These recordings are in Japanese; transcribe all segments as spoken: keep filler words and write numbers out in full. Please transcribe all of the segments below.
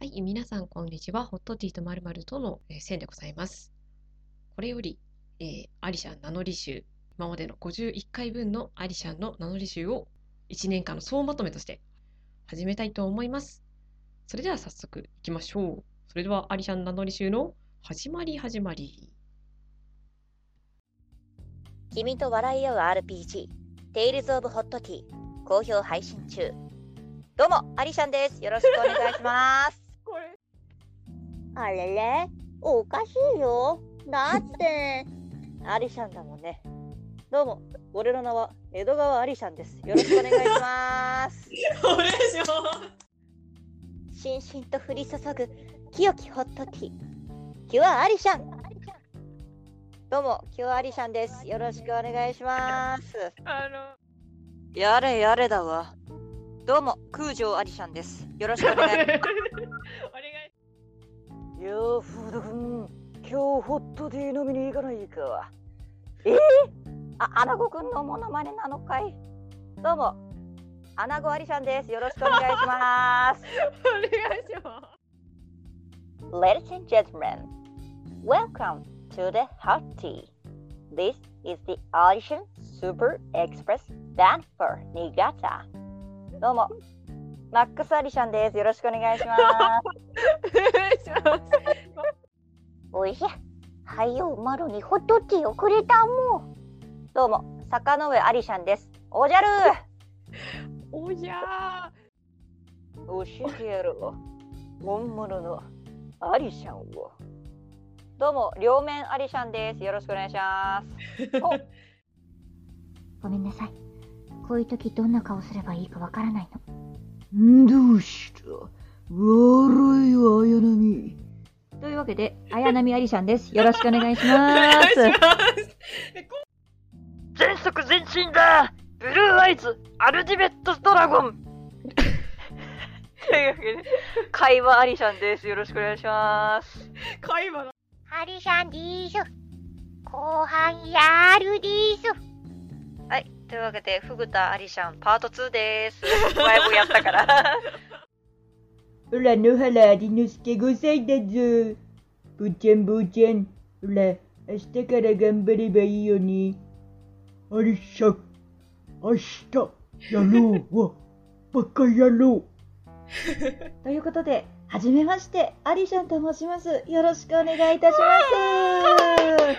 はい、皆さんこんにちは。ホットティーとまるまるとのえー線でございます。これより、えーアリシャン名乗り集、今までのごじゅういっかいぶんのアリシャンの名乗り集をいちねんかんの総まとめとして始めたいと思います。それでは早速いきましょう。それではアリシャン名乗り集の始まり始まり。 君と笑い合う アールピージー Tales of Hot Tea 好評配信中。どうもアリシャンです。よろしくお願いしますこれあれれおかしいよ。だってアリシャンだもんね。どうも俺の名は江戸川アリシャンです。よろしくお願いしますお願いしますしんしんと降り注ぐ清きホットティー、キュアアリシャン。どうもキュアアリシャンです。よろしくお願いしますあのやれやれだわ。どうも空城アリシャンです。よろしくお願いしますお願いいやー、フード君、今日ホットティー飲みに行かないか。えー、あ、アナゴくんのモノマネなのかい。どうも、アナゴアリシャンです。よろしくお願いします。 お願いしま Ladies and gentlemen, welcome to the hot tea. This is the Alician Super Express bound for Niigata. どうも、マックスアリシャンです。よろしくお願いします。 す。お願いします。 おいしい。はようマロにホットティーをくれたもん。どうも、坂上アリシャンです。おじゃるおや教えてやろう。本物のアリシャンを。どうも、両面アリシャンです。よろしくお願いします。 ごめんなさい。こういう時どんな顔すればいいかわからないの。 どうした笑いは綾波。 というわけで、綾波アリシャンです。よろしくお願いします。 全速前進だブルーアイズアルティメットドラゴンというわけで、会話アリシャンです。よろしくお願いします。 会話のアリシャンでーす。後半やるでーす。 はい、というわけで、フグタアリシャンパートツーです。前もやったから。 ほら野原りのすけごさいだぞ。ぼーちゃんぼーちゃん。ほら、明日から頑張ればいいよね。アリシャン、明日やろうわ。バカ野郎。 ということで、はじめまして、アリシャンと申します。よろしくお願いいたします。 はじめまして。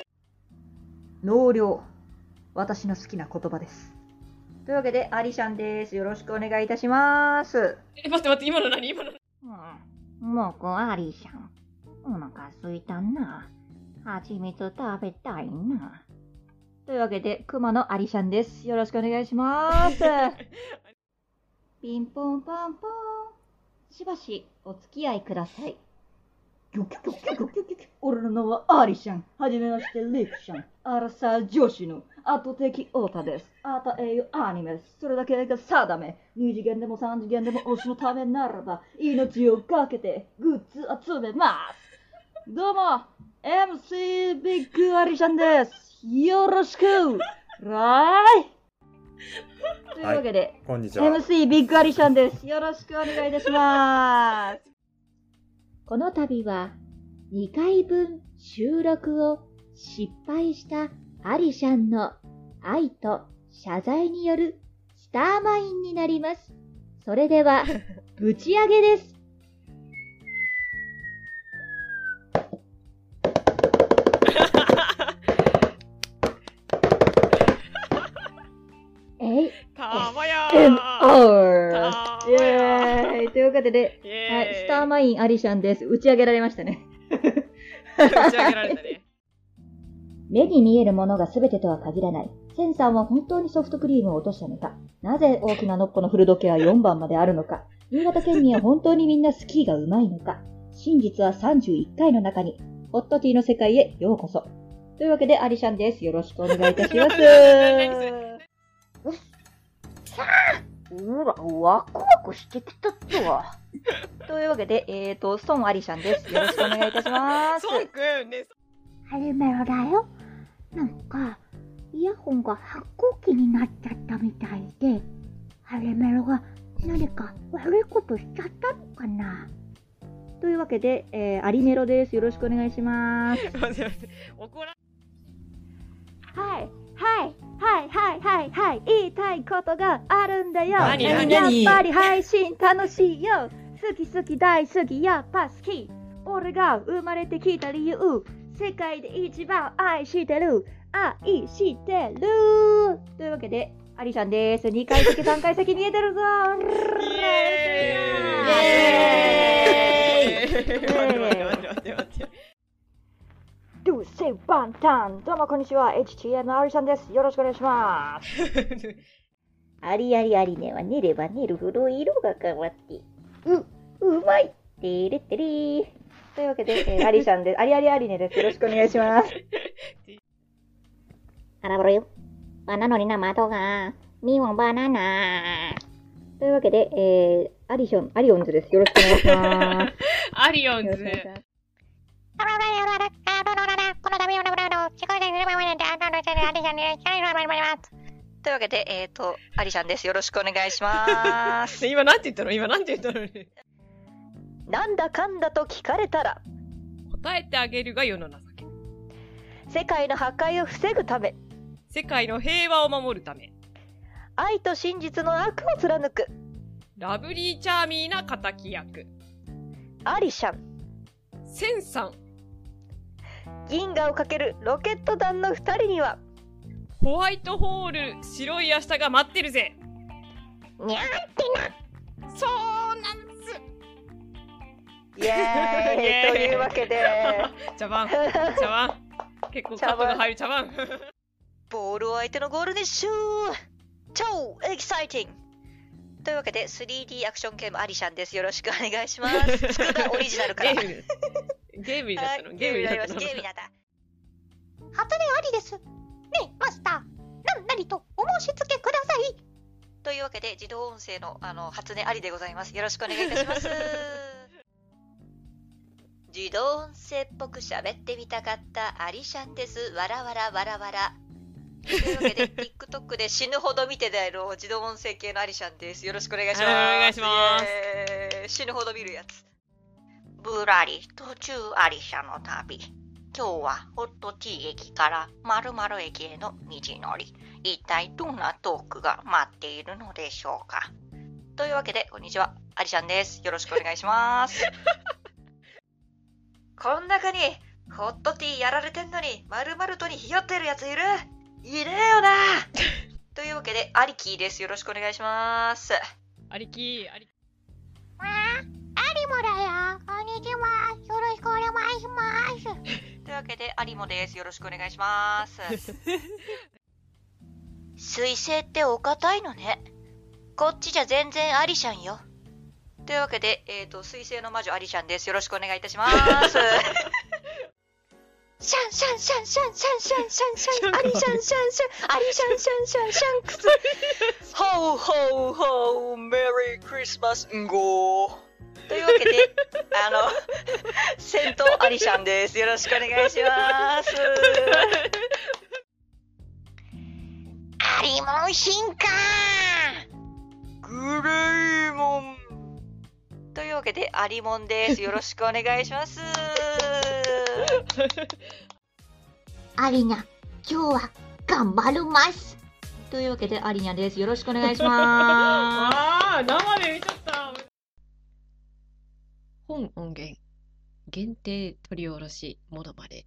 納涼。私の好きな言葉です。というわけで、アリシャンです。よろしくお願いいたします。 え、待って待って、今の何今のうん、もうこアリシャン。お腹すいたな。蜂蜜食べたいな。というわけで、熊のアリシャンです。よろしくお願いします。ピンポンパンポン。しばしお付き合いください。 キョキョキョキョキョキョキョキョ。俺の名はアリシャン。はじめまして、リクシャン。アラサー女子の圧倒的オタです。あた栄養アニメです。それだけが定め。に次元でもさん次元でも推しのためならば、命をかけてグッズ集めます。どうも、エムシー ビッグアリシャンです。よろしくらーい。 というわけで、 はい、こんにちは。 エムシー ビッグアリシャンです。よろしくお願いいたします。この度はにかいぶん収録を失敗したアリシャンの愛と謝罪によるスターマインになります。それでは、ぶち上げです。えい、 たまやエムー。 アール。 たイまやェーイというわけで、 イエーイ。 はい、スターマインアリシャンです。打ち上げられましたね。 打ち上げられたね。 目に見えるものが全てとは限らない。センさんは本当にソフトクリームを落としたのか。なぜ大きなノッポの古時計はよんばんまであるのか。新潟県民は本当にみんなスキーが上手いのか。真実はさんじゅういっかいの中に。ホットティーの世界へようこそ。というわけでアリシャンです。よろしくお願いいたします。 何それうわ、ワクワクしてきたとは。 というわけで、えーと、ソンアリシャンです。よろしくお願いいたします。 ソンくんね。 ハルメロだよ。なんか、イヤホンが発光器になっちゃったみたいで、ハルメロが何か悪いことしちゃったのかな。というわけで、えー、アリメロです。よろしくお願いします。 待って待って、怒らはいはいはいはいはいはい、言いたいことがあるんだよ。 何何やっ何ぱり配信楽しいよ。好き好き大好きやっぱ好き。俺が生まれてきた理由、世界で一番愛してる愛してる。というわけでアリさんです。にかい席さんかい席見えてるぞ。 イエーイ。待って待って待って待って。 どうせ万端。どうもこんにちは。エイチティーエム のアリさんです。よろしくお願いします。 ありありありねは寝れば寝るほど色が変わって、う、うまいてれてれー。 というわけで、えー、アリさんです。ありありありねです。よろしくお願いします。 あらぼろよ。バナナに生とが、みもバナナ。 というわけで、えー、アリション、アリオンズです。よろしくお願いします。 アリオンズ。 というわけで、えっと、アリさんです。よろしくお願いします。 今なんて言ったの今なんて言ったのに。 なんだかんだと聞かれたら、 答えてあげるが世の情け。 世界の破壊を防ぐため、 世界の平和を守るため、 愛と真実の悪を貫く、 ラブリーチャーミーな敵役、 アリシャン、 センさん、 銀河をかけるロケット団の二人には、 ホワイトホール、白い明日が待ってるぜ。 にゃーってな。 そうなんです。 イエーイというわけで、 茶番、茶番。結構カットが入る茶番。 ボールを相手のゴールにシュー超エキサイティングというわけで スリーディー アクションゲームアリシャンです。よろしくお願いします。つくがオリジナルから。 ゲーム、ゲームになったのゲームになったのゲームになった。 初音ありです。ねえ、マスター。何なりとお申し付けください。 というわけで自動音声のあの初音ありでございます。よろしくお願いいたします。自動音声っぽく喋ってみたかったアリシャンです。わらわらわらわら。というわけで TikTok で死ぬほど見てたの自動音声系のアリシャンです。よろしくお願いします。 お願いします。 えー、死ぬほど見るやつ。ぶらり途中アリシャの旅。今日はホットティー駅から〇〇駅への道のり。一体どんなトークが待っているのでしょうか。というわけでこんにちは、アリシャンです。よろしくお願いします。こん中にホットティーやられてんのに〇〇とにひよってるやついる？いねえよな。というわけでアリキーです。よろしくお願いします。 アリキー、アリキわあ、アリモだよ。こんにちは。よろしくお願いします。 というわけでアリモです。よろしくお願いします。水星ってお堅いのね。こっちじゃ全然アリシャンよ。というわけで、えっと、水星の魔女アリシャンです。よろしくお願いいたします。シャンシャンシャンシャンシャンシャンシャンシャンアリシャンシャンシャンアリシャンシャンシャンシャンクスホーホーホーメリークリスマスんごーというわけであの戦闘アリシャンです。よろしくお願いします。 アリモン進化グレイモンというわけでアリモンです。よろしくお願いします。 アリナ、今日は頑張るます。 というわけでアリニャです。よろしくお願いします。 ああ、生で見ちゃった。本音源限定取り下ろしものまね。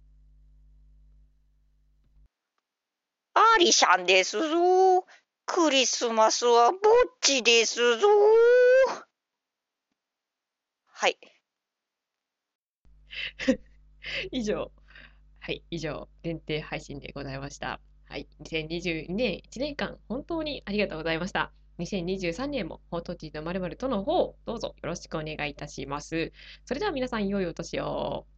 アリシャンですぞ。クリスマスはぼっちですぞ。はい。 以上、はい、以上、限定配信でございました。はい、にせんにじゅうにねんいちねんかん本当にありがとうございました。にせんにじゅうさんねんもホットティーとまるまるとの方、どうぞよろしくお願いいたします。それでは皆さん、良いお年を。